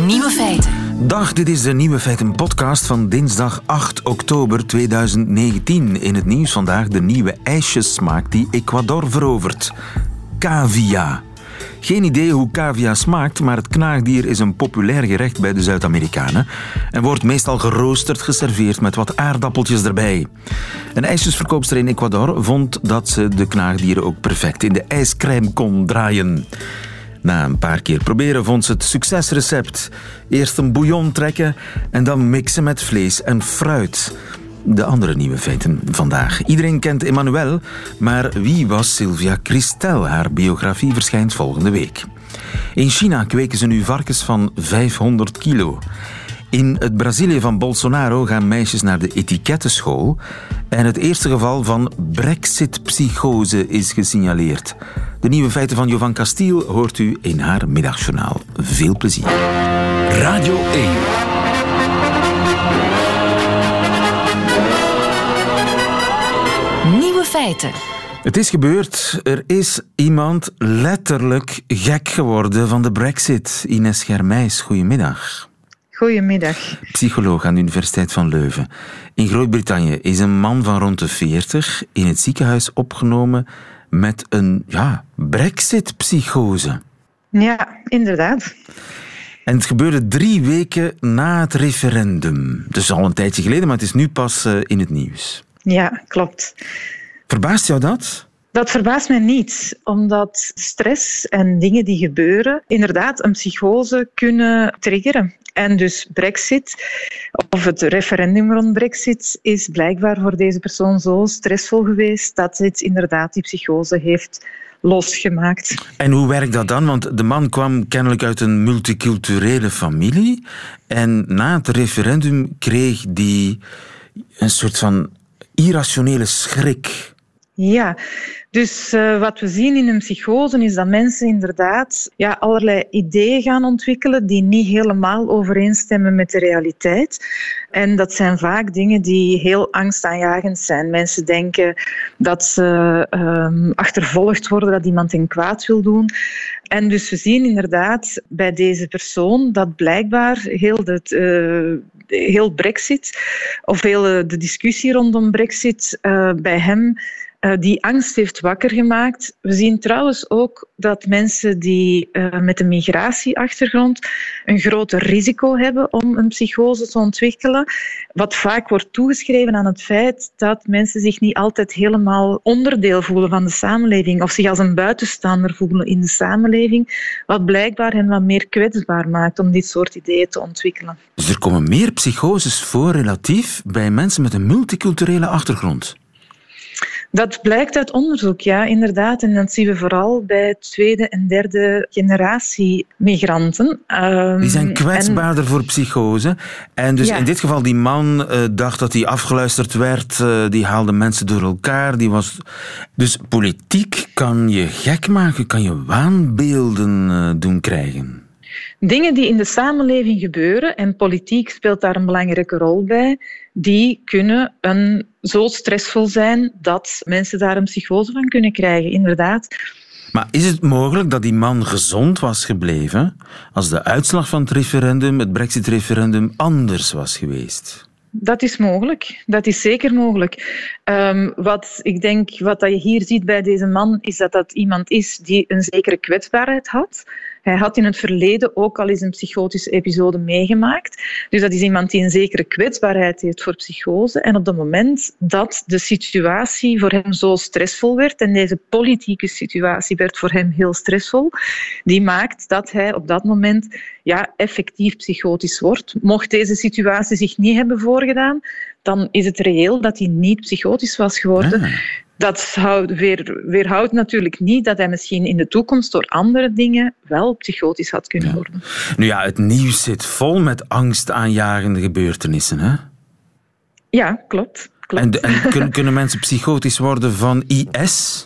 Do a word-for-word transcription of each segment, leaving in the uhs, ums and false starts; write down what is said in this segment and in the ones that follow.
Nieuwe feiten. Dag, dit is de Nieuwe Feiten podcast van dinsdag acht oktober tweeduizend negentien. In het nieuws vandaag de nieuwe ijsjessmaak die Ecuador verovert. Cavia. Geen idee hoe cavia smaakt, maar het knaagdier is een populair gerecht bij de Zuid-Amerikanen en wordt meestal geroosterd geserveerd met wat aardappeltjes erbij. Een ijsjesverkoopster in Ecuador vond dat ze de knaagdieren ook perfect in de ijscrème kon draaien. Na een paar keer proberen vond ze het succesrecept. Eerst een bouillon trekken en dan mixen met vlees en fruit. De andere nieuwe feiten vandaag. Iedereen kent Emmanuelle, maar wie was Sylvia Christel? Haar biografie verschijnt volgende week. In China kweken ze nu varkens van vijfhonderd kilo. In het Brazilië van Bolsonaro gaan meisjes naar de etikettenschool en het eerste geval van Brexit-psychose is gesignaleerd. De nieuwe feiten van Jovan Castiel hoort u in haar middagjournaal. Veel plezier. Radio één. Nieuwe feiten. Het is gebeurd. Er is iemand letterlijk gek geworden van de Brexit. Ines Germijs, goedemiddag. Goedemiddag. Psycholoog aan de Universiteit van Leuven. In Groot-Brittannië is een man van rond de veertig in het ziekenhuis opgenomen met een ja, Brexit-psychose. Ja, inderdaad. En het gebeurde drie weken na het referendum. Dus al een tijdje geleden, maar het is nu pas uh, in het nieuws. Ja, klopt. Verbaast jou dat? Dat verbaast mij niet, omdat stress en dingen die gebeuren inderdaad een psychose kunnen triggeren. En dus Brexit, of het referendum rond Brexit, is blijkbaar voor deze persoon zo stressvol geweest dat het inderdaad die psychose heeft losgemaakt. En hoe werkt dat dan? Want de man kwam kennelijk uit een multiculturele familie en na het referendum kreeg hij een soort van irrationele schrik. Ja, dus uh, wat we zien in een psychose is dat mensen inderdaad ja, allerlei ideeën gaan ontwikkelen die niet helemaal overeenstemmen met de realiteit. En dat zijn vaak dingen die heel angstaanjagend zijn. Mensen denken dat ze uh, achtervolgd worden, dat iemand hen kwaad wil doen. En dus we zien inderdaad bij deze persoon dat blijkbaar heel, het, uh, heel Brexit, of heel de discussie rondom Brexit uh, bij hem Uh, die angst heeft wakker gemaakt. We zien trouwens ook dat mensen die uh, met een migratieachtergrond een groter risico hebben om een psychose te ontwikkelen, wat vaak wordt toegeschreven aan het feit dat mensen zich niet altijd helemaal onderdeel voelen van de samenleving of zich als een buitenstaander voelen in de samenleving, wat blijkbaar hen wat meer kwetsbaar maakt om dit soort ideeën te ontwikkelen. Dus er komen meer psychoses voor relatief bij mensen met een multiculturele achtergrond? Dat blijkt uit onderzoek, ja, inderdaad. En dat zien we vooral bij tweede en derde generatie migranten. Um, die zijn kwetsbaarder en... voor psychose. En dus ja. In dit geval, die man uh, dacht dat hij afgeluisterd werd. Uh, die haalde mensen door elkaar. Die was... Dus politiek kan je gek maken, kan je waanbeelden uh, doen krijgen. Dingen die in de samenleving gebeuren, en politiek speelt daar een belangrijke rol bij, die kunnen een, zo stressvol zijn dat mensen daar een psychose van kunnen krijgen, inderdaad. Maar is het mogelijk dat die man gezond was gebleven als de uitslag van het referendum, het Brexit-referendum, anders was geweest? Dat is mogelijk. Dat is zeker mogelijk. Um, wat ik denk, wat je hier ziet bij deze man, is dat dat iemand is die een zekere kwetsbaarheid had. Hij had in het verleden ook al eens een psychotische episode meegemaakt. Dus dat is iemand die een zekere kwetsbaarheid heeft voor psychose. En op het moment dat de situatie voor hem zo stressvol werd, en deze politieke situatie werd voor hem heel stressvol, die maakt dat hij op dat moment ja, effectief psychotisch wordt. Mocht deze situatie zich niet hebben voorgedaan, dan is het reëel dat hij niet psychotisch was geworden. Ah. Dat weer, weerhoudt natuurlijk niet dat hij misschien in de toekomst door andere dingen wel psychotisch had kunnen worden. Ja. Nu ja, het nieuws zit vol met angstaanjagende gebeurtenissen, hè? Ja, klopt. klopt. En, en kunnen, kunnen mensen psychotisch worden van I S?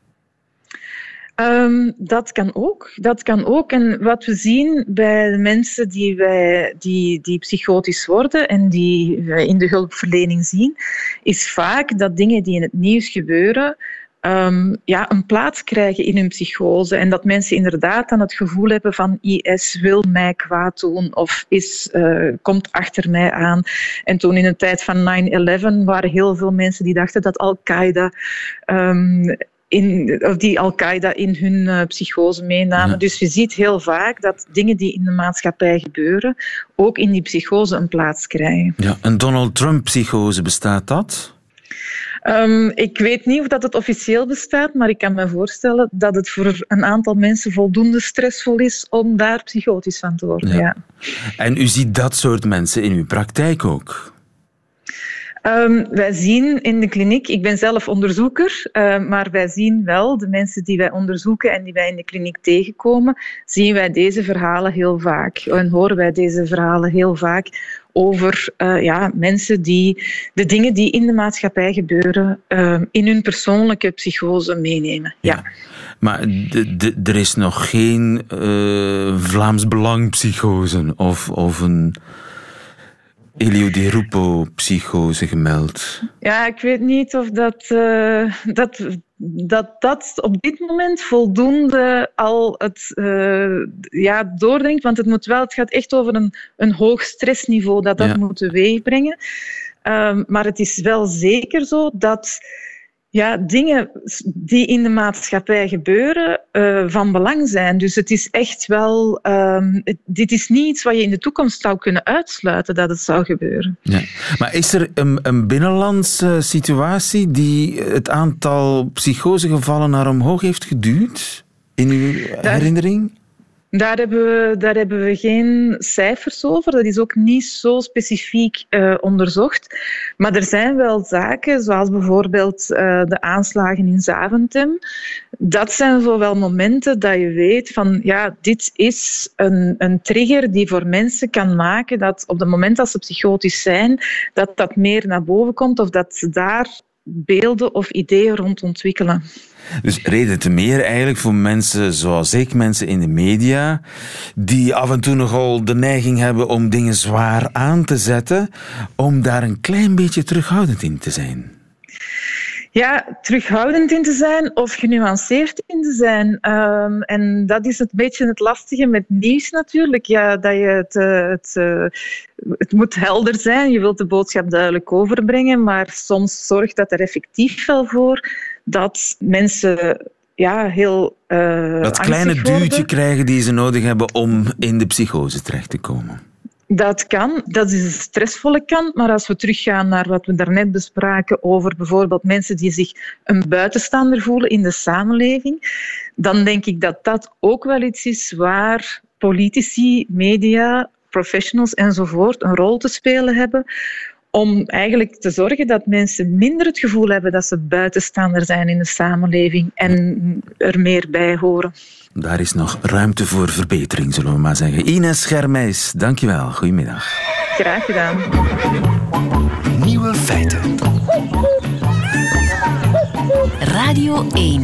Um, dat kan ook. Dat kan ook. En wat we zien bij de mensen die, wij, die, die psychotisch worden en die wij in de hulpverlening zien, is vaak dat dingen die in het nieuws gebeuren um, ja, een plaats krijgen in hun psychose. En dat mensen inderdaad dan het gevoel hebben van I S wil mij kwaad doen of is, uh, komt achter mij aan. En toen in de tijd van nine eleven waren heel veel mensen die dachten dat Al-Qaeda... Um, In, of die Al-Qaeda in hun uh, psychose meenamen. Ja. Dus je ziet heel vaak dat dingen die in de maatschappij gebeuren ook in die psychose een plaats krijgen. Ja, een Donald Trump-psychose, bestaat dat? Um, ik weet niet of dat het officieel bestaat, maar ik kan me voorstellen dat het voor een aantal mensen voldoende stressvol is om daar psychotisch van te worden. Ja. Ja. En u ziet dat soort mensen in uw praktijk ook? Um, wij zien in de kliniek, ik ben zelf onderzoeker, uh, maar wij zien wel, de mensen die wij onderzoeken en die wij in de kliniek tegenkomen, zien wij deze verhalen heel vaak. En horen wij deze verhalen heel vaak over uh, ja, mensen die de dingen die in de maatschappij gebeuren uh, in hun persoonlijke psychose meenemen. Ja. Ja. Maar de, de, er is nog geen uh, Vlaams Belang-psychose of, of een... Elio Di Rupo-psychose gemeld. Ja, ik weet niet of dat, uh, dat, dat, dat op dit moment voldoende al het uh, ja, doordringt. Want het, moet wel, het gaat echt over een, een hoog stressniveau dat dat ja. moet teweegbrengen. Um, maar het is wel zeker zo dat... Ja, dingen die in de maatschappij gebeuren, uh, van belang zijn. Dus het is echt wel... Um, het, dit is niet iets wat je in de toekomst zou kunnen uitsluiten dat het zou gebeuren. Ja. Maar is er een, een binnenlandse situatie die het aantal psychosegevallen naar omhoog heeft geduwd? In uw Daar... herinnering? Daar hebben, we, daar hebben we geen cijfers over. Dat is ook niet zo specifiek uh, onderzocht. Maar er zijn wel zaken, zoals bijvoorbeeld uh, de aanslagen in Zaventem. Dat zijn zo wel momenten dat je weet van, ja, dit is een, een trigger die voor mensen kan maken dat op het moment dat ze psychotisch zijn, dat dat meer naar boven komt of dat ze daar beelden of ideeën rond ontwikkelen. Dus reden te meer eigenlijk voor mensen zoals ik, mensen in de media, die af en toe nogal de neiging hebben om dingen zwaar aan te zetten, om daar een klein beetje terughoudend in te zijn. Ja, terughoudend in te zijn of genuanceerd in te zijn. Um, en dat is een beetje het lastige met nieuws natuurlijk. Ja, dat je het, uh, het, uh, het moet helder zijn, je wilt de boodschap duidelijk overbrengen, maar soms zorgt dat er effectief wel voor dat mensen ja, heel uh, dat kleine duwtje krijgen die ze nodig hebben om in de psychose terecht te komen. Dat kan, dat is een stressvolle kant, maar als we teruggaan naar wat we daarnet bespraken over bijvoorbeeld mensen die zich een buitenstaander voelen in de samenleving, dan denk ik dat dat ook wel iets is waar politici, media, professionals enzovoort een rol te spelen hebben om eigenlijk te zorgen dat mensen minder het gevoel hebben dat ze buitenstaander zijn in de samenleving en er meer bij horen. Daar is nog ruimte voor verbetering, zullen we maar zeggen. Ines Schermijs, dankjewel. Goedemiddag. Graag gedaan. Nieuwe feiten. Radio één.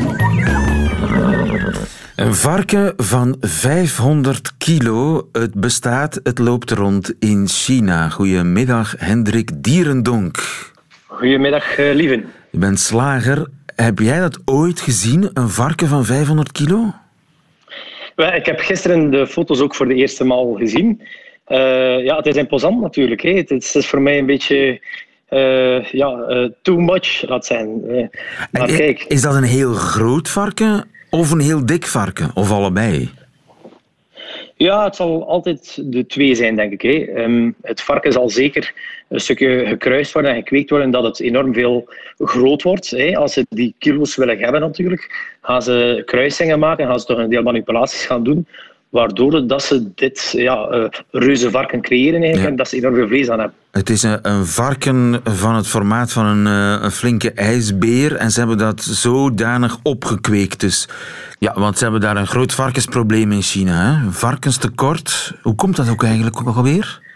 Een varken van vijfhonderd kilo. Het bestaat, het loopt rond in China. Goedemiddag, Hendrik Dierendonk. Goedemiddag, uh, lieven. Je bent slager. Heb jij dat ooit gezien, een varken van vijfhonderd kilo? Ik heb gisteren de foto's ook voor de eerste maal gezien. Uh, ja, het is imposant natuurlijk. Hè. Het, is, het is voor mij een beetje uh, ja, uh, too much, laat zijn. Uh, maar en kijk. Is dat een heel groot varken of een heel dik varken? Of allebei? Ja, het zal altijd de twee zijn, denk ik. Hè. Um, het varken zal zeker een stukje gekruist worden en gekweekt worden dat het enorm veel groot wordt. Hè. Als ze die kilo's willen hebben natuurlijk, gaan ze kruisingen maken, gaan ze toch een deel manipulaties gaan doen, waardoor dat ze dit ja, uh, reuze varken creëren eigenlijk, ja. En dat ze enorm veel vlees aan hebben. Het is een, een varken van het formaat van een, uh, een flinke ijsbeer en ze hebben dat zodanig opgekweekt. Dus, ja, want ze hebben daar een groot varkensprobleem in China. Hè? Varkenstekort. Hoe komt dat ook eigenlijk ook alweer?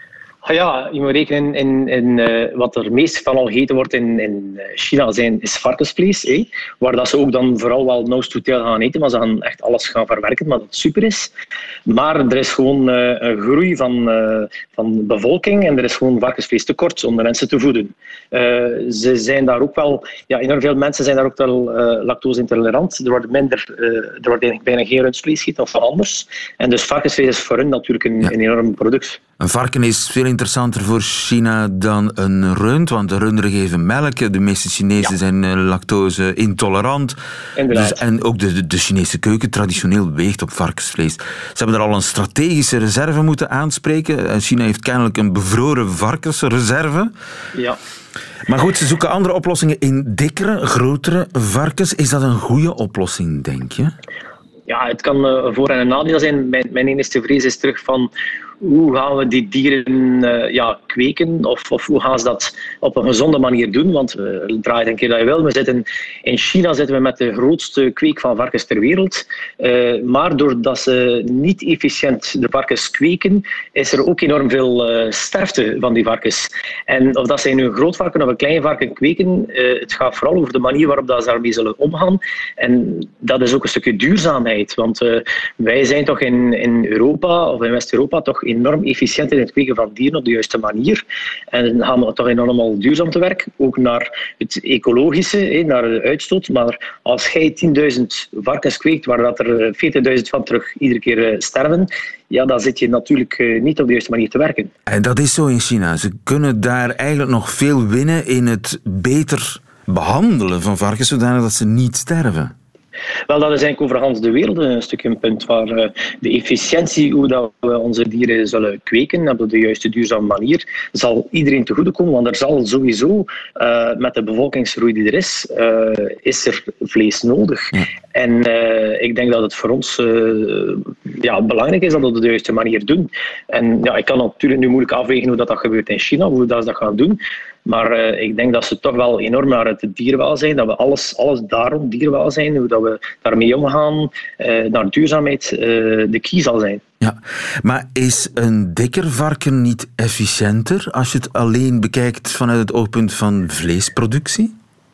Ah ja, je moet rekenen in, in uh, wat er meest van al gegeten wordt in, in China zijn, is varkensvlees. Eh? Waar dat ze ook dan vooral wel nose to tail gaan eten, maar ze gaan echt alles gaan verwerken, wat super is. Maar er is gewoon uh, een groei van, uh, van bevolking en er is gewoon varkensvleestekort om de mensen te voeden. Uh, ze zijn daar ook wel, ja, enorm veel mensen zijn daar ook wel uh, lactose intolerant. Er wordt minder, uh, er wordt eigenlijk bijna geen rundvlees gegeten of van anders. En dus varkensvlees is voor hen natuurlijk een, ja. een enorm product. Een varken is veel interessanter voor China dan een rund, want de runderen geven melk. De meeste Chinezen ja. zijn lactose intolerant. Dus, en ook de, de, de Chinese keuken traditioneel weegt op varkensvlees. Ze hebben er al een strategische reserve moeten aanspreken. China heeft kennelijk een bevroren varkensreserve. Ja. Maar goed, ze zoeken andere oplossingen in dikkere, grotere varkens. Is dat een goede oplossing, denk je? Ja, het kan een voor- en een nadeel zijn. Mijn, mijn enige vrees is terug van hoe gaan we die dieren uh, ja, kweken of, of hoe gaan ze dat op een gezonde manier doen? Want uh, draai het een keer dat je wil. We zitten, in China zitten we met de grootste kweek van varkens ter wereld. Uh, maar doordat ze niet efficiënt de varkens kweken, is er ook enorm veel uh, sterfte van die varkens. En of dat zij nu een groot varken of een klein varken kweken, uh, het gaat vooral over de manier waarop dat ze daarmee zullen omgaan. En dat is ook een stukje duurzaamheid. Want uh, wij zijn toch in, in Europa of in West-Europa toch enorm efficiënt in het kweken van dieren op de juiste manier. En dan gaan we toch enorm al duurzaam te werk, ook naar het ecologische, naar de uitstoot. Maar als jij tienduizend varkens kweekt, waar dat er veertigduizend van terug iedere keer sterven, ja, dan zit je natuurlijk niet op de juiste manier te werken. En dat is zo in China. Ze kunnen daar eigenlijk nog veel winnen in het beter behandelen van varkens, zodanig dat ze niet sterven. Wel, dat is eigenlijk over Hans de wereld een stukje een punt waar uh, de efficiëntie, hoe dat we onze dieren zullen kweken op de juiste duurzame manier, zal iedereen te goede komen, want er zal sowieso uh, met de bevolkingsgroei die er is, uh, is er vlees nodig. Ja. En uh, ik denk dat het voor ons uh, ja, belangrijk is dat we dat op de juiste manier doen. En ja, ik kan natuurlijk nu moeilijk afwegen hoe dat, dat gebeurt in China, hoe dat ze dat gaan doen. Maar uh, ik denk dat ze toch wel enorm naar het dierwelzijn, dat we alles, alles daarom dierwelzijn, hoe dat we daarmee omgaan, uh, naar duurzaamheid, uh, de key zal zijn. Ja, maar is een dikker varken niet efficiënter als je het alleen bekijkt vanuit het oogpunt van vleesproductie?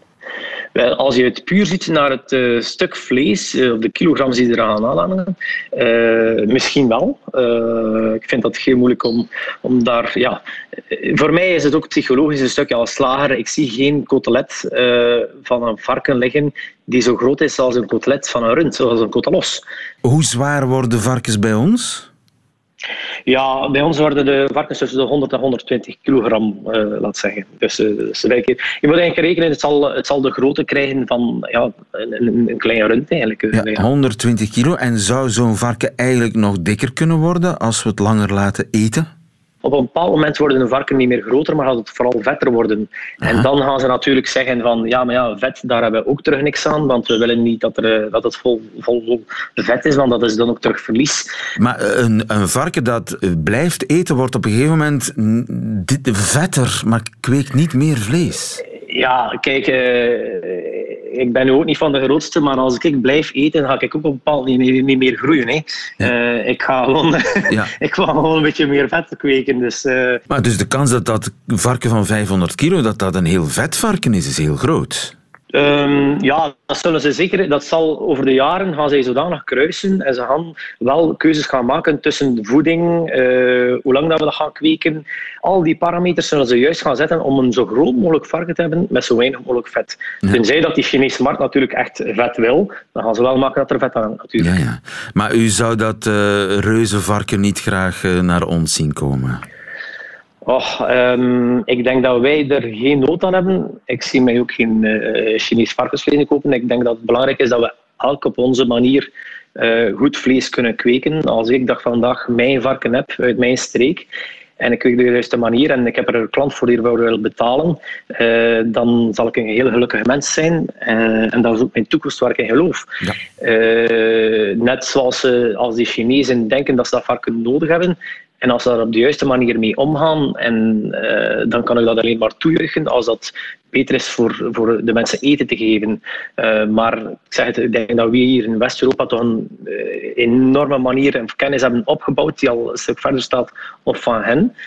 Wel, als je het puur ziet naar het uh, stuk vlees, uh, of de kilograms die eraan aanhangen, uh, misschien wel. Uh, ik vind dat heel moeilijk om, om daar... Ja. Voor mij is het ook psychologisch een stukje als slager. Ik zie geen cotelet uh, van een varken liggen die zo groot is als een cotelet van een rund, zoals een cotelos. Hoe zwaar worden varkens bij ons? Ja, bij ons worden de varkens tussen de honderd en honderdtwintig kilogram, uh, laat zeggen. Dus, uh, dus je moet eigenlijk rekenen, het zal, het zal de grootte krijgen van ja, een, een, een klein rund eigenlijk. Ja, honderdtwintig kilo. En zou zo'n varken eigenlijk nog dikker kunnen worden als we het langer laten eten? Op een bepaald moment worden de varken niet meer groter, maar gaat het vooral vetter worden. Aha. En dan gaan ze natuurlijk zeggen van, ja, maar ja, vet, daar hebben we ook terug niks aan, want we willen niet dat, er, dat het vol, vol vet is, want dat is dan ook terug verlies. Maar een, een varken dat blijft eten, wordt op een gegeven moment vetter, maar kweekt niet meer vlees. Ja, kijk, uh, ik ben nu ook niet van de grootste, maar als ik blijf eten, ga ik ook op een bepaald niet meer, niet meer groeien. Hè. Ja. Uh, ik, ga gewoon, ja. ik ga gewoon een beetje meer vet kweken. Dus, uh... Maar dus de kans dat dat varken van vijfhonderd kilo, dat dat een heel vet varken is, is heel groot. Um, ja, dat zullen ze zeker. Dat zal over de jaren gaan zij zodanig kruisen en ze gaan wel keuzes gaan maken tussen de voeding, uh, hoe lang dat we dat gaan kweken. Al die parameters zullen ze juist gaan zetten om een zo groot mogelijk varken te hebben met zo weinig mogelijk vet. Ja. Tenzij dat die Chinese markt natuurlijk echt vet wil, dan gaan ze wel maken dat er vet aan hangt, natuurlijk. Ja, ja. Maar u zou dat uh, reuzenvarken niet graag uh, naar ons zien komen? Oh, um, ik denk dat wij er geen nood aan hebben. Ik zie mij ook geen uh, Chinees varkensvlees kopen. Ik denk dat het belangrijk is dat we elk op onze manier uh, goed vlees kunnen kweken. Als ik dag vandaag mijn varken heb uit mijn streek en ik kweek de juiste manier en ik heb er een klant voor die wil betalen, uh, dan zal ik een heel gelukkige mens zijn. Uh, en dat is ook mijn toekomst waar ik in geloof. Ja. Uh, net zoals uh, als die Chinezen denken dat ze dat varken nodig hebben. En als ze daar op de juiste manier mee omgaan, en, uh, dan kan ik dat alleen maar toejuichen als dat beter is voor, voor de mensen eten te geven. Uh, maar ik zeg het, ik denk dat we hier in West-Europa toch een uh, enorme manier en kennis hebben opgebouwd die al een stuk verder staat op van hen.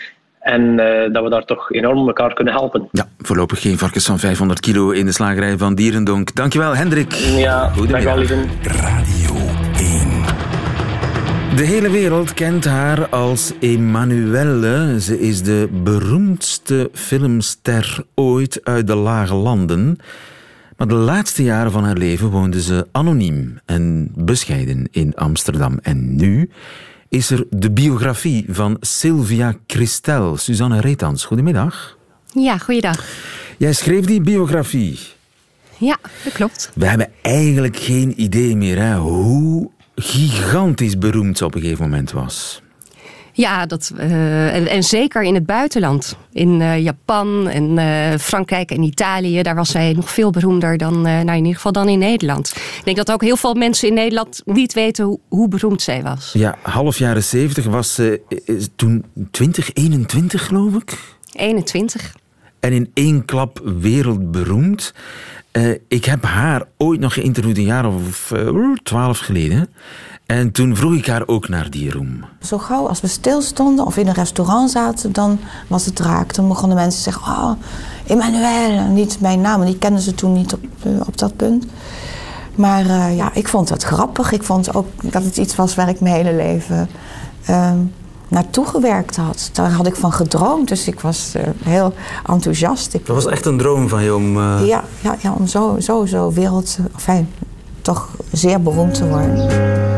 En uh, dat we daar toch enorm elkaar kunnen helpen. Ja, voorlopig geen varkens van vijfhonderd kilo in de slagerij van Dierendonk. Dankjewel, Hendrik. Ja, dankjewel, lieve. Radio één. De hele wereld kent haar als Emmanuelle. Ze is de beroemdste filmster ooit uit de Lage Landen. Maar de laatste jaren van haar leven woonde ze anoniem en bescheiden in Amsterdam. En nu is er de biografie van Sylvia Christel. Suzanne Reetans, goedemiddag. Ja, goeiedag. Jij schreef die biografie. Ja, dat klopt. We hebben eigenlijk geen idee meer hè, hoe gigantisch beroemd ze op een gegeven moment was. Ja, dat, uh, en, en zeker in het buitenland. In uh, Japan en uh, Frankrijk en Italië. Daar was zij nog veel beroemder dan, uh, nou in ieder geval dan in Nederland. Ik denk dat ook heel veel mensen in Nederland niet weten hoe, hoe beroemd zij was. Ja, half jaren zeventig was ze uh, toen twintig, eenentwintig geloof ik? eenentwintig. En in één klap wereldberoemd. Uh, ik heb haar ooit nog geïnterviewd een jaar of twaalf uh, geleden. En toen vroeg ik haar ook naar die roem. Zo gauw als we stilstonden of in een restaurant zaten, dan was het raak. Dan begonnen mensen te zeggen, oh, Emmanuelle, niet mijn naam. Die kenden ze toen niet op, uh, op dat punt. Maar uh, ja, ik vond het grappig. Ik vond ook dat het iets was waar ik mijn hele leven uh, naartoe gewerkt had. Daar had ik van gedroomd, dus ik was uh, heel enthousiast. Ik... Dat was echt een droom van je om... Uh... Ja, ja, ja, om zo, zo, zo wereld... Enfin, toch zeer beroemd te worden.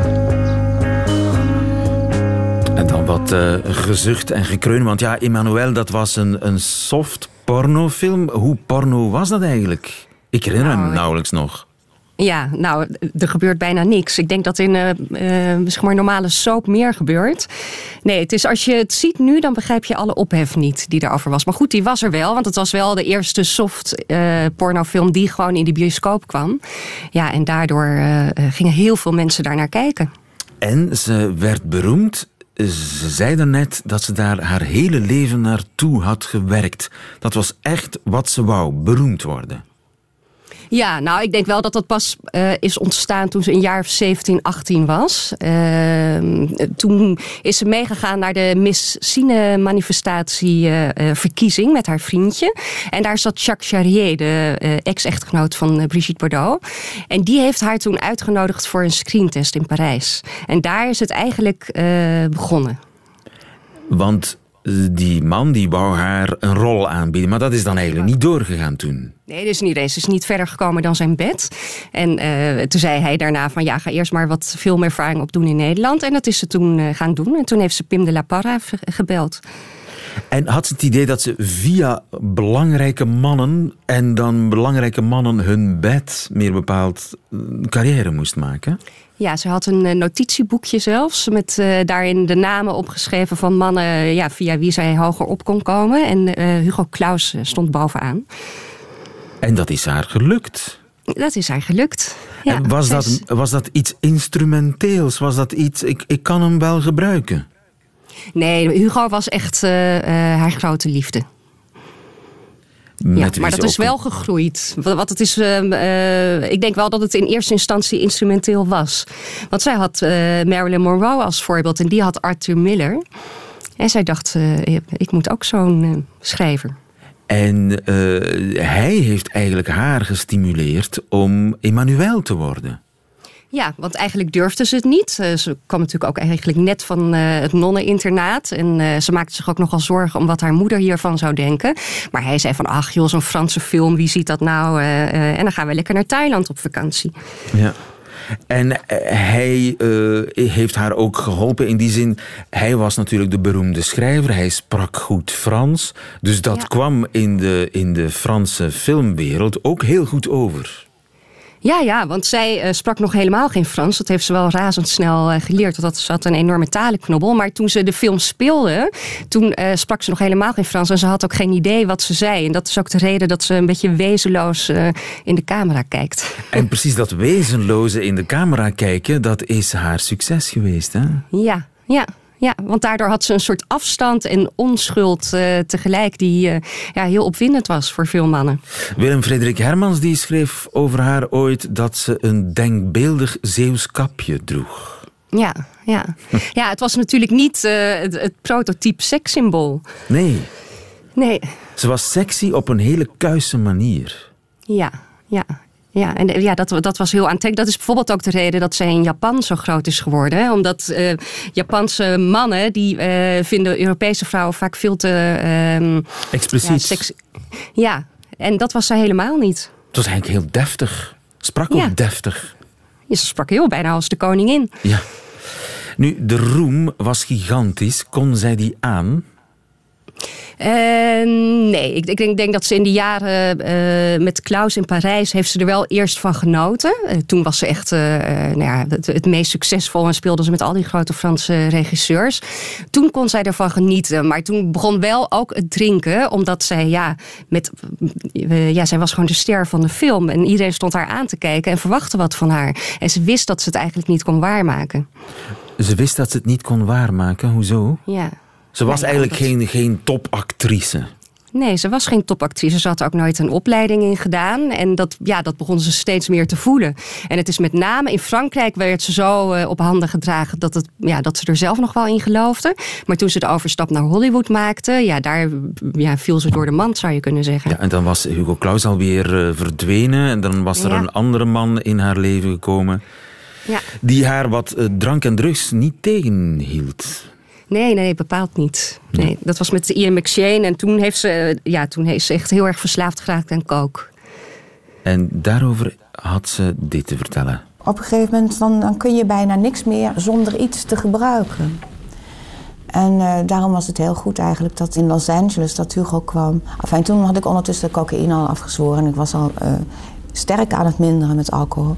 En dan wat uh, gezucht en gekreun. Want ja, Emmanuelle, dat was een, een soft pornofilm. Hoe porno was dat eigenlijk? Ik herinner nou, hem nauwelijks nog. Ja, nou, er gebeurt bijna niks. Ik denk dat in uh, uh, zeg maar normale soap meer gebeurt. Nee, het is als je het ziet nu, dan begrijp je alle ophef niet die erover was. Maar goed, die was er wel, want het was wel de eerste soft uh, pornofilm die gewoon in de bioscoop kwam. Ja, en daardoor uh, gingen heel veel mensen daar naar kijken. En ze werd beroemd. Ze zei daarnet dat ze daar haar hele leven naartoe had gewerkt. Dat was echt wat ze wou, beroemd worden. Ja, nou, ik denk wel dat dat pas uh, is ontstaan toen ze een jaar of zeventien, achttien was. Uh, toen is ze meegegaan naar de Miss Cine manifestatie uh, uh, verkiezing met haar vriendje. En daar zat Jacques Charrier, de uh, ex-echtgenoot van uh, Brigitte Bardot. En die heeft haar toen uitgenodigd voor een screentest in Parijs. En daar is het eigenlijk uh, begonnen. Want die man die wou haar een rol aanbieden, maar dat is dan eigenlijk niet doorgegaan toen. Nee, dat is niet eens. Ze is niet verder gekomen dan zijn bed. En uh, toen zei hij daarna van ja, ga eerst maar wat filmervaring opdoen in Nederland. En dat is ze toen uh, gaan doen. En toen heeft ze Pim de la Parra gebeld. En had ze het idee dat ze via belangrijke mannen en dan belangrijke mannen hun bed meer bepaald carrière moest maken? Ja, ze had een notitieboekje zelfs met uh, daarin de namen opgeschreven van mannen ja, via wie zij hoger op kon komen. En uh, Hugo Claus stond bovenaan. En dat is haar gelukt? Dat is haar gelukt, ja. En was, dat, was dat iets instrumenteels? Was dat iets, ik, ik kan hem wel gebruiken? Nee, Hugo was echt uh, uh, haar grote liefde. Ja, maar dat is wel gegroeid. Wat het is, uh, uh, ik denk wel dat het in eerste instantie instrumenteel was. Want zij had uh, Marilyn Monroe als voorbeeld en die had Arthur Miller. En zij dacht, uh, ik moet ook zo'n uh, schrijver. En uh, hij heeft eigenlijk haar gestimuleerd om Emmanuelle te worden. Ja, want eigenlijk durfde ze het niet. Uh, ze kwam natuurlijk ook eigenlijk net van uh, het nonneninternaat. En uh, ze maakte zich ook nogal zorgen om wat haar moeder hiervan zou denken. Maar hij zei van, ach joh, zo'n Franse film, wie ziet dat nou? Uh, uh, en dan gaan we lekker naar Thailand op vakantie. Ja. En uh, hij uh, heeft haar ook geholpen in die zin. Hij was natuurlijk de beroemde schrijver. Hij sprak goed Frans. Dus dat ja. kwam in de, in de Franse filmwereld ook heel goed over. Ja, ja, want zij uh, sprak nog helemaal geen Frans. Dat heeft ze wel razendsnel uh, geleerd. Want dat, ze had een enorme talenknobbel. Maar toen ze de film speelde, toen uh, sprak ze nog helemaal geen Frans. En ze had ook geen idee wat ze zei. En dat is ook de reden dat ze een beetje wezenloos uh, in de camera kijkt. En precies dat wezenloze in de camera kijken, dat is haar succes geweest, hè? Ja, ja. Ja, want daardoor had ze een soort afstand en onschuld uh, tegelijk die uh, ja, heel opwindend was voor veel mannen. Willem-Frederik Hermans die schreef over haar ooit dat ze een denkbeeldig Zeeuws kapje droeg. Ja, ja. ja, het was natuurlijk niet uh, het, het prototype sekssymbool. Nee. Nee. Ze was sexy op een hele kuise manier. Ja, ja. Ja, en ja, dat, dat was heel aantrekkelijk. Dat is bijvoorbeeld ook de reden dat zij in Japan zo groot is geworden. Hè? Omdat uh, Japanse mannen, die uh, vinden Europese vrouwen vaak veel te... Uh, Expliciet. Ja, seks... ja, en dat was zij helemaal niet. Het was eigenlijk heel deftig. Sprak ook ja. deftig. Ja, ze sprak heel bijna als de koningin. Ja. Nu, de roem was gigantisch. Kon zij die aan? Uh, nee, ik, ik denk, denk dat ze in die jaren uh, met Klaus in Parijs heeft ze er wel eerst van genoten. Uh, toen was ze echt uh, nou ja, het, het meest succesvol en speelde ze met al die grote Franse regisseurs. Toen kon zij ervan genieten, maar toen begon wel ook het drinken, omdat zij ja, met, uh, ja, zij was gewoon de ster van de film en iedereen stond haar aan te kijken en verwachtte wat van haar. En ze wist dat ze het eigenlijk niet kon waarmaken. Ze wist dat ze het niet kon waarmaken, hoezo? Ja. Ze was nou ja, eigenlijk dat... geen, geen topactrice. Nee, ze was geen topactrice. Ze had er ook nooit een opleiding in gedaan. En dat, ja, dat begon ze steeds meer te voelen. En het is met name in Frankrijk werd ze zo uh, op handen gedragen dat, het, ja, dat ze er zelf nog wel in geloofde. Maar toen ze de overstap naar Hollywood maakte, ja, daar ja, viel ze door de mand, zou je kunnen zeggen. Ja, en dan was Hugo Claus alweer uh, verdwenen. En dan was er ja. een andere man in haar leven gekomen. Ja. Die haar wat uh, drank en drugs niet tegenhield. Nee, nee, bepaald niet. Nee, dat was met Ian McShane en toen heeft ze, ja, toen heeft ze echt heel erg verslaafd geraakt aan coke. En daarover had ze dit te vertellen. Op een gegeven moment dan, dan kun je bijna niks meer zonder iets te gebruiken. En uh, daarom was het heel goed eigenlijk dat in Los Angeles dat Hugo kwam. Enfin, toen had ik ondertussen de cocaïne al afgezworen en ik was al uh, sterk aan het minderen met alcohol.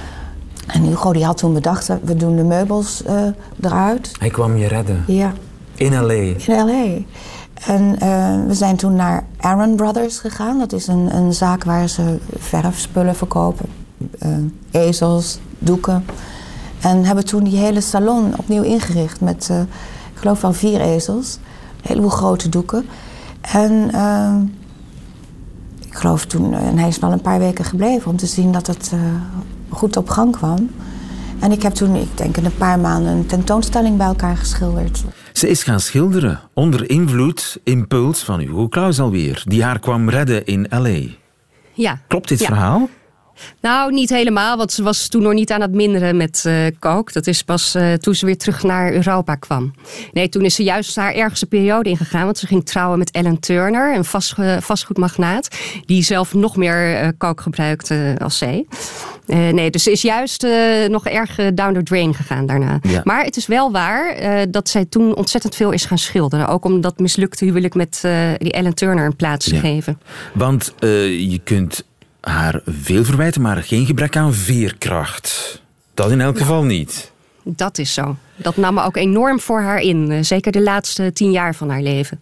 En Hugo die had toen bedacht, we doen de meubels uh, eruit. Hij kwam je redden? Ja. In L A? In L A. En uh, we zijn toen naar Aaron Brothers gegaan. Dat is een, een zaak waar ze verfspullen verkopen. Uh, ezels, doeken. En hebben toen die hele salon opnieuw ingericht met, uh, ik geloof wel vier ezels. Een heleboel grote doeken. En uh, ik geloof toen, en hij is wel een paar weken gebleven om te zien dat het... Uh, goed op gang kwam. En ik heb toen, ik denk in een paar maanden, een tentoonstelling bij elkaar geschilderd. Ze is gaan schilderen, onder invloed, impuls van Hugo Claus alweer, die haar kwam redden in L A. Ja. Klopt dit ja. verhaal? Nou, niet helemaal, want ze was toen nog niet aan het minderen met uh, coke. Dat is pas uh, toen ze weer terug naar Europa kwam. Nee, toen is ze juist haar ergste periode ingegaan, want ze ging trouwen met Ellen Turner, een vast, uh, vastgoedmagnaat, die zelf nog meer uh, coke gebruikte als zij. Uh, nee, dus ze is juist uh, nog erg uh, down the drain gegaan daarna. Ja. Maar het is wel waar uh, dat zij toen ontzettend veel is gaan schilderen. Ook om dat mislukte huwelijk met uh, die Ellen Turner een plaats te ja. geven. Want uh, je kunt haar veel verwijten, maar geen gebrek aan veerkracht. Dat in elk ja. geval niet. Dat is zo. Dat nam ook enorm voor haar in. Zeker de laatste tien jaar van haar leven.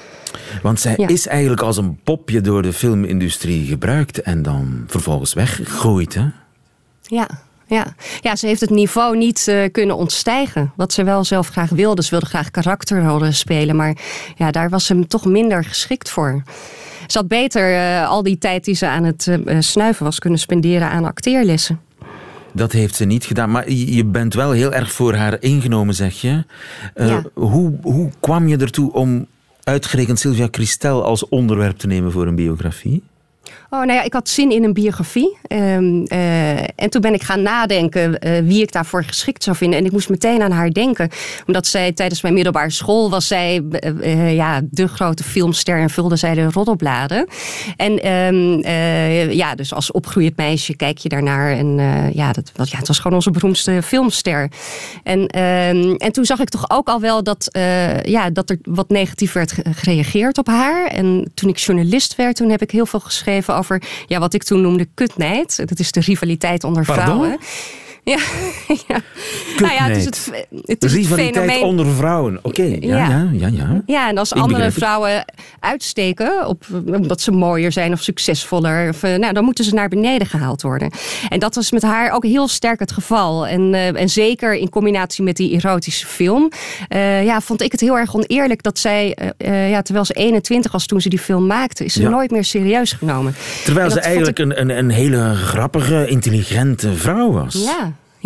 Want zij ja. is eigenlijk als een popje door de filmindustrie gebruikt en dan vervolgens weggegooid, hè? Ja, ja. ja, ze heeft het niveau niet uh, kunnen ontstijgen. Wat ze wel zelf graag wilde. Ze wilde graag karakterrollen spelen, maar ja, daar was ze toch minder geschikt voor. Ze had beter uh, al die tijd die ze aan het uh, snuiven was kunnen spenderen aan acteerlessen. Dat heeft ze niet gedaan, maar je bent wel heel erg voor haar ingenomen, zeg je. Uh, ja. hoe, hoe kwam je ertoe om uitgerekend Sylvia Kristel als onderwerp te nemen voor een biografie? Oh, nou ja, ik had zin in een biografie. Um, uh, en toen ben ik gaan nadenken uh, wie ik daarvoor geschikt zou vinden. En ik moest meteen aan haar denken. Omdat zij tijdens mijn middelbare school was zij uh, uh, ja, de grote filmster en vulde zij de roddelbladen. En um, uh, ja, dus als opgroeiend meisje kijk je daarnaar. En uh, ja, dat, ja, het was gewoon onze beroemdste filmster. En, um, en toen zag ik toch ook al wel dat, uh, ja, dat er wat negatief werd gereageerd op haar. En toen ik journalist werd, toen heb ik heel veel geschreven over over ja, wat ik toen noemde kutnijd. Dat is de rivaliteit onder Pardon? vrouwen. Ja, ja. Nou ja, het is het, het is rivaliteit het fenomeen onder vrouwen. Oké, okay. ja, ja, ja, ja, ja. Ja, en als ik andere vrouwen uitsteken, op, omdat ze mooier zijn of succesvoller, of, nou, dan moeten ze naar beneden gehaald worden. En dat was met haar ook heel sterk het geval. En, uh, en zeker in combinatie met die erotische film, uh, ja, vond ik het heel erg oneerlijk dat zij, uh, uh, ja, terwijl ze eenentwintig was toen ze die film maakte, is ze ja. nooit meer serieus genomen. Terwijl ze eigenlijk ik... een, een, een hele grappige, intelligente vrouw was. Ja. Ja,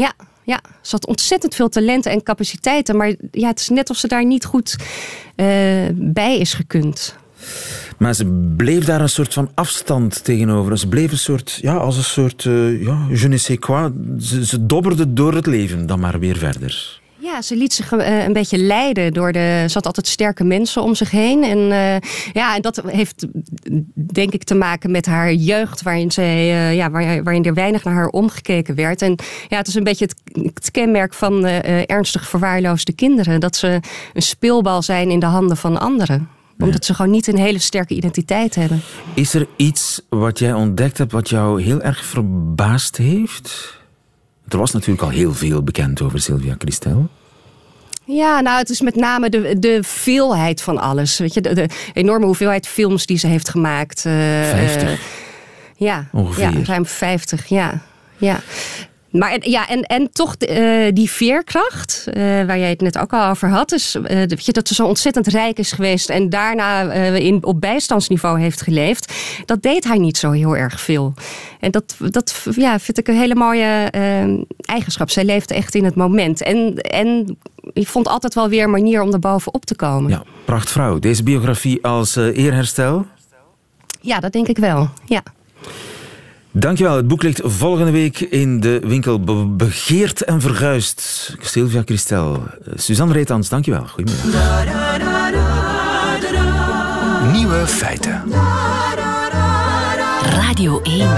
Ja, ze had ontzettend veel talenten en capaciteiten. Maar ja, het is net of ze daar niet goed uh, bij is gekund. Maar ze bleef daar een soort van afstand tegenover. Ze bleef een soort, ja, als een soort, uh, ja, je ne sais quoi. Ze, ze dobberde door het leven dan maar weer verder. Ja, ze liet zich uh, een beetje leiden door de... Ze had altijd sterke mensen om zich heen. En, uh, ja, en dat heeft denk ik te maken met haar jeugd... waarin, zij, uh, ja, waar, waarin er weinig naar haar omgekeken werd. En ja, het is een beetje het, het kenmerk van uh, ernstig verwaarloosde kinderen. Dat ze een speelbal zijn in de handen van anderen. Omdat ze gewoon niet een hele sterke identiteit hebben. Is er iets wat jij ontdekt hebt wat jou heel erg verbaasd heeft? Er was natuurlijk al heel veel bekend over Sylvia Kristel. Ja, nou, het is met name de, de veelheid van alles. Weet je, de, de enorme hoeveelheid films die ze heeft gemaakt. Uh, vijftig? Uh, ja, ongeveer. Ja, ruim vijftig, ja. ja. Maar ja, en, en toch uh, die veerkracht, uh, waar jij het net ook al over had, is uh, dat, je, dat ze zo ontzettend rijk is geweest en daarna uh, in, op bijstandsniveau heeft geleefd. Dat deed hij niet zo heel erg veel. En dat, dat ja, vind ik een hele mooie uh, eigenschap. Zij leefde echt in het moment. En, en ik vond altijd wel weer een manier om er bovenop te komen. Ja, prachtvrouw. Deze biografie als uh, eerherstel? Ja, dat denk ik wel, ja. Dankjewel. Het boek ligt volgende week in de winkel Be- Begeerd en Verguisd. Sylvia Kristel. Suzanne Reetans, dankjewel. Goedemiddag. Nieuwe feiten. Radio één.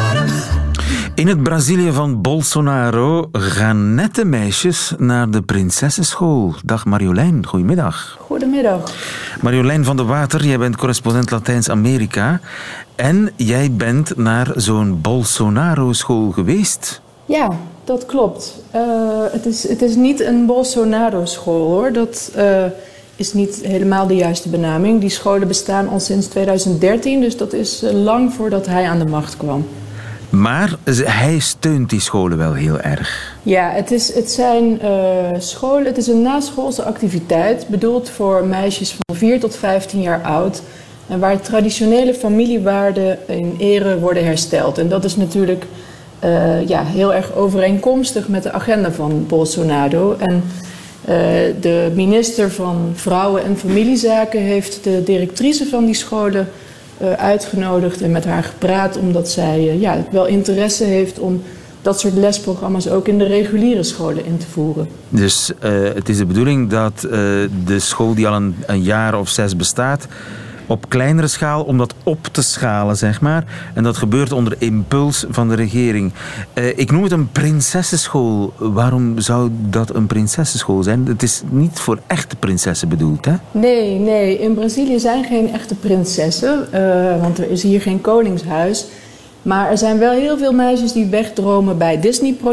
In het Brazilië van Bolsonaro gaan nette meisjes naar de prinsessenschool. Dag Marjolein, goedemiddag. Goedemiddag. Marjolein van de Water, jij bent correspondent Latijns-Amerika. En jij bent naar zo'n Bolsonaro-school geweest. Ja, dat klopt. Uh, het, is, het is niet een Bolsonaro-school, hoor. Dat uh, is niet helemaal de juiste benaming. Die scholen bestaan al sinds tweeduizend dertien, dus dat is uh, lang voordat hij aan de macht kwam. Maar hij steunt die scholen wel heel erg. Ja, het, is, het zijn uh, scholen. Het is een naschoolse activiteit, bedoeld voor meisjes van vier tot vijftien jaar oud. En waar traditionele familiewaarden in ere worden hersteld. En dat is natuurlijk uh, ja, heel erg overeenkomstig met de agenda van Bolsonaro. En uh, de minister van Vrouwen en Familiezaken heeft de directrice van die scholen uh, uitgenodigd en met haar gepraat, omdat zij uh, ja, wel interesse heeft om dat soort lesprogramma's ook in de reguliere scholen in te voeren. Dus uh, het is de bedoeling dat uh, de school die al een, een jaar of zes bestaat, op kleinere schaal, om dat op te schalen, zeg maar. En dat gebeurt onder impuls van de regering. Uh, ik noem het een prinsessenschool. Waarom zou dat een prinsessenschool zijn? Het is niet voor echte prinsessen bedoeld, hè? Nee, nee. In Brazilië zijn geen echte prinsessen. Uh, want er is hier geen koningshuis. Maar er zijn wel heel veel meisjes die wegdromen bij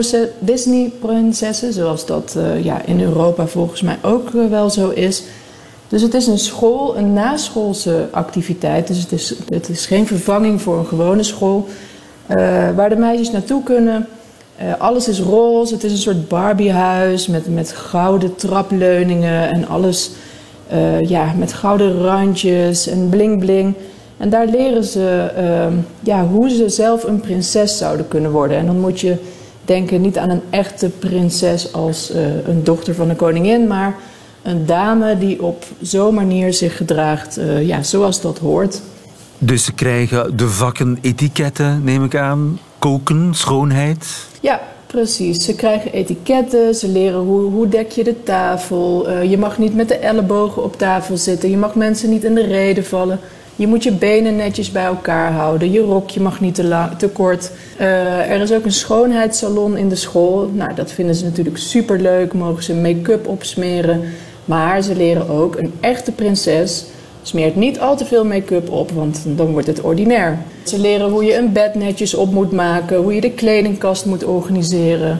Disney-prinsessen. Zoals dat uh, ja, in Europa volgens mij ook uh, wel zo is. Dus het is een school, een naschoolse activiteit. Dus het is, het is geen vervanging voor een gewone school. Uh, waar de meisjes naartoe kunnen. Uh, alles is roze. Het is een soort Barbiehuis met, met gouden trapleuningen. En alles uh, ja, met gouden randjes en bling bling. En daar leren ze uh, ja, hoe ze zelf een prinses zouden kunnen worden. En dan moet je denken niet aan een echte prinses als uh, een dochter van een koningin, maar een dame die op zo'n manier zich gedraagt, uh, ja, zoals dat hoort. Dus ze krijgen de vakken etiketten, neem ik aan. Koken, schoonheid. Ja, precies. Ze krijgen etiketten, ze leren hoe, hoe dek je de tafel. Uh, je mag niet met de ellebogen op tafel zitten. Je mag mensen niet in de rede vallen. Je moet je benen netjes bij elkaar houden. Je rokje mag niet te, la- te kort. Uh, er is ook een schoonheidssalon in de school. Nou, dat vinden ze natuurlijk superleuk. Mogen ze make-up opsmeren. Maar ze leren ook, een echte prinses smeert niet al te veel make-up op, want dan wordt het ordinair. Ze leren hoe je een bed netjes op moet maken, hoe je de kledingkast moet organiseren.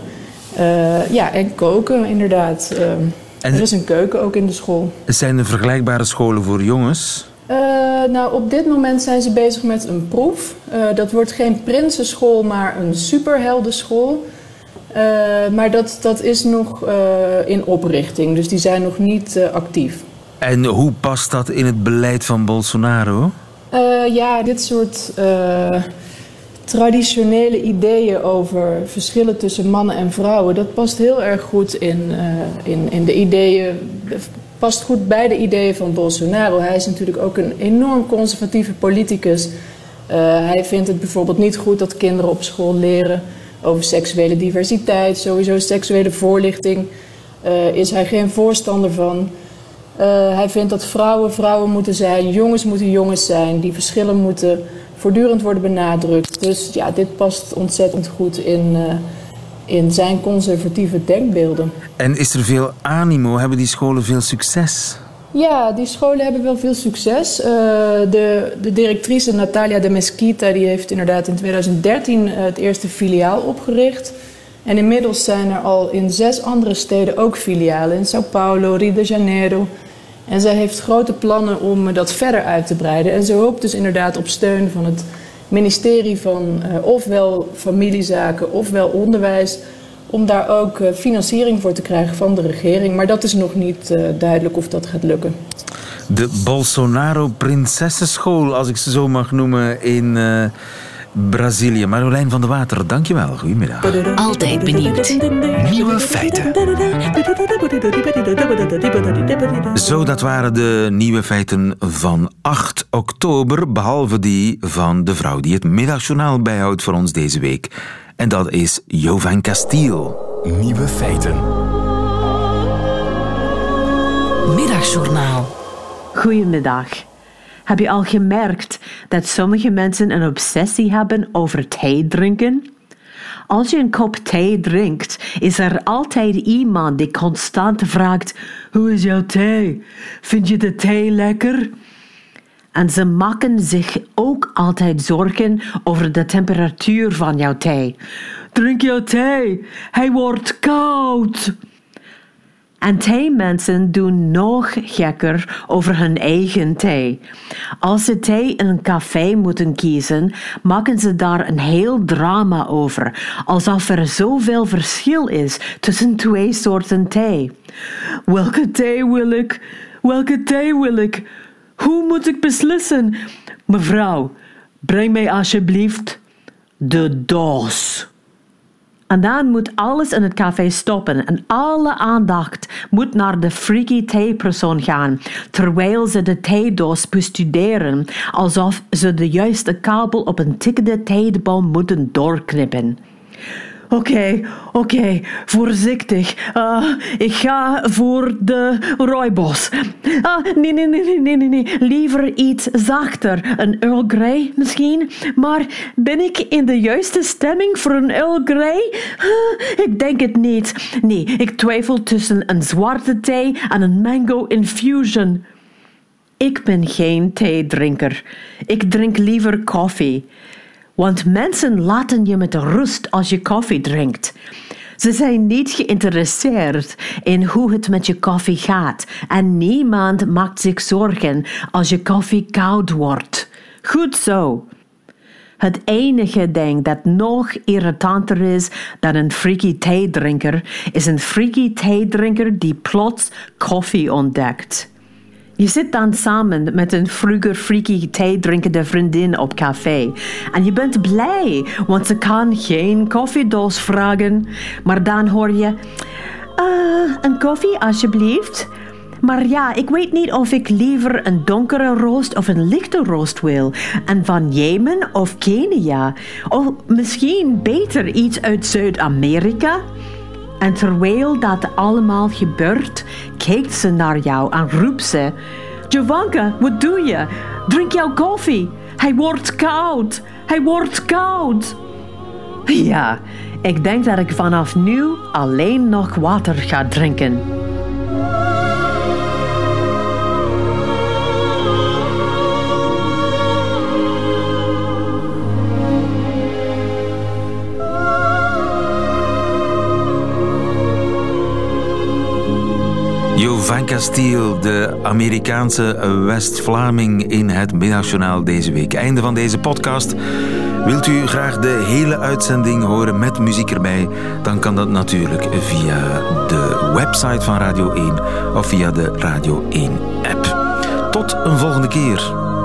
Uh, ja, en koken inderdaad. Uh, en er is een keuken ook in de school. Zijn er vergelijkbare scholen voor jongens? Uh, nou, op dit moment zijn ze bezig met een proef. Uh, dat wordt geen prinsenschool, maar een superheldenschool. Uh, maar dat, dat is nog uh, in oprichting, dus die zijn nog niet uh, actief. En hoe past dat in het beleid van Bolsonaro? Uh, ja, dit soort uh, traditionele ideeën over verschillen tussen mannen en vrouwen, dat past heel erg goed in, uh, in, in de ideeën, past goed bij de ideeën van Bolsonaro. Hij is natuurlijk ook een enorm conservatieve politicus. Uh, hij vindt het bijvoorbeeld niet goed dat kinderen op school leren over seksuele diversiteit, sowieso seksuele voorlichting. Uh, is hij geen voorstander van. Uh, hij vindt dat vrouwen vrouwen moeten zijn, jongens moeten jongens zijn, die verschillen moeten voortdurend worden benadrukt. Dus ja, dit past ontzettend goed in, uh, in zijn conservatieve denkbeelden. En is er veel animo? Hebben die scholen veel succes? Ja, die scholen hebben wel veel succes. Uh, de, de directrice Natalia de Mesquita die heeft inderdaad in tweeduizend dertien uh, het eerste filiaal opgericht. En inmiddels zijn er al in zes andere steden ook filialen. In São Paulo, Rio de Janeiro. En zij heeft grote plannen om dat verder uit te breiden. En ze hoopt dus inderdaad op steun van het ministerie van uh, ofwel familiezaken ofwel onderwijs, om daar ook uh, financiering voor te krijgen van de regering. Maar dat is nog niet uh, duidelijk of dat gaat lukken. De Bolsonaro Prinsessenschool, als ik ze zo mag noemen, in uh, Brazilië. Marjolein van de Water, dankjewel. Goedemiddag. Altijd benieuwd. Nieuwe feiten. Zo, dat waren de nieuwe feiten van acht oktober, behalve die van de vrouw die het middagjournaal bijhoudt voor ons deze week. En dat is Jovan Castiel. Nieuwe feiten. Middagjournaal. Goedemiddag. Heb je al gemerkt dat sommige mensen een obsessie hebben over thee drinken? Als je een kop thee drinkt, is er altijd iemand die constant vraagt: hoe is jouw thee? Vind je de thee lekker? En ze maken zich ook altijd zorgen over de temperatuur van jouw thee. Drink jouw thee, hij wordt koud. En theemensen doen nog gekker over hun eigen thee. Als ze thee in een café moeten kiezen, maken ze daar een heel drama over, alsof er zoveel verschil is tussen twee soorten thee. Welke thee wil ik? Welke thee wil ik? Hoe moet ik beslissen? Mevrouw, breng mij alsjeblieft de doos. En dan moet alles in het café stoppen en alle aandacht moet naar de freaky theepersoon gaan, terwijl ze de theedoos bestuderen, alsof ze de juiste kabel op een tikkende theeboom moeten doorknippen. Oké, okay, oké, okay, voorzichtig. Uh, ik ga voor de rooibos. Uh, nee, nee, nee, nee, nee, nee. Liever iets zachter. Een Earl Grey misschien. Maar ben ik in de juiste stemming voor een Earl Grey? Uh, ik denk het niet. Nee, ik twijfel tussen een zwarte thee en een mango infusion. Ik ben geen theedrinker. Ik drink liever koffie. Want mensen laten je met rust als je koffie drinkt. Ze zijn niet geïnteresseerd in hoe het met je koffie gaat. En niemand maakt zich zorgen als je koffie koud wordt. Goed zo. Het enige ding dat nog irritanter is dan een freaky theedrinker, is een freaky theedrinker die plots koffie ontdekt. Je zit dan samen met een vroeger freaky thee drinkende vriendin op café. En je bent blij, want ze kan geen koffiedoos vragen. Maar dan hoor je: uh, een koffie alsjeblieft. Maar ja, ik weet niet of ik liever een donkere roost of een lichte roost wil. En van Jemen of Kenia. Of misschien beter iets uit Zuid-Amerika. En terwijl dat allemaal gebeurt, kijkt ze naar jou en roept ze: Jovanka, wat doe je? Drink jouw koffie. Hij wordt koud. Hij wordt koud. Ja, ik denk dat ik vanaf nu alleen nog water ga drinken. Jovan Castiel, de Amerikaanse West-Vlaming in het Middagjournaal deze week. Einde van deze podcast. Wilt u graag de hele uitzending horen met muziek erbij? Dan kan dat natuurlijk via de website van Radio één of via de Radio één app. Tot een volgende keer.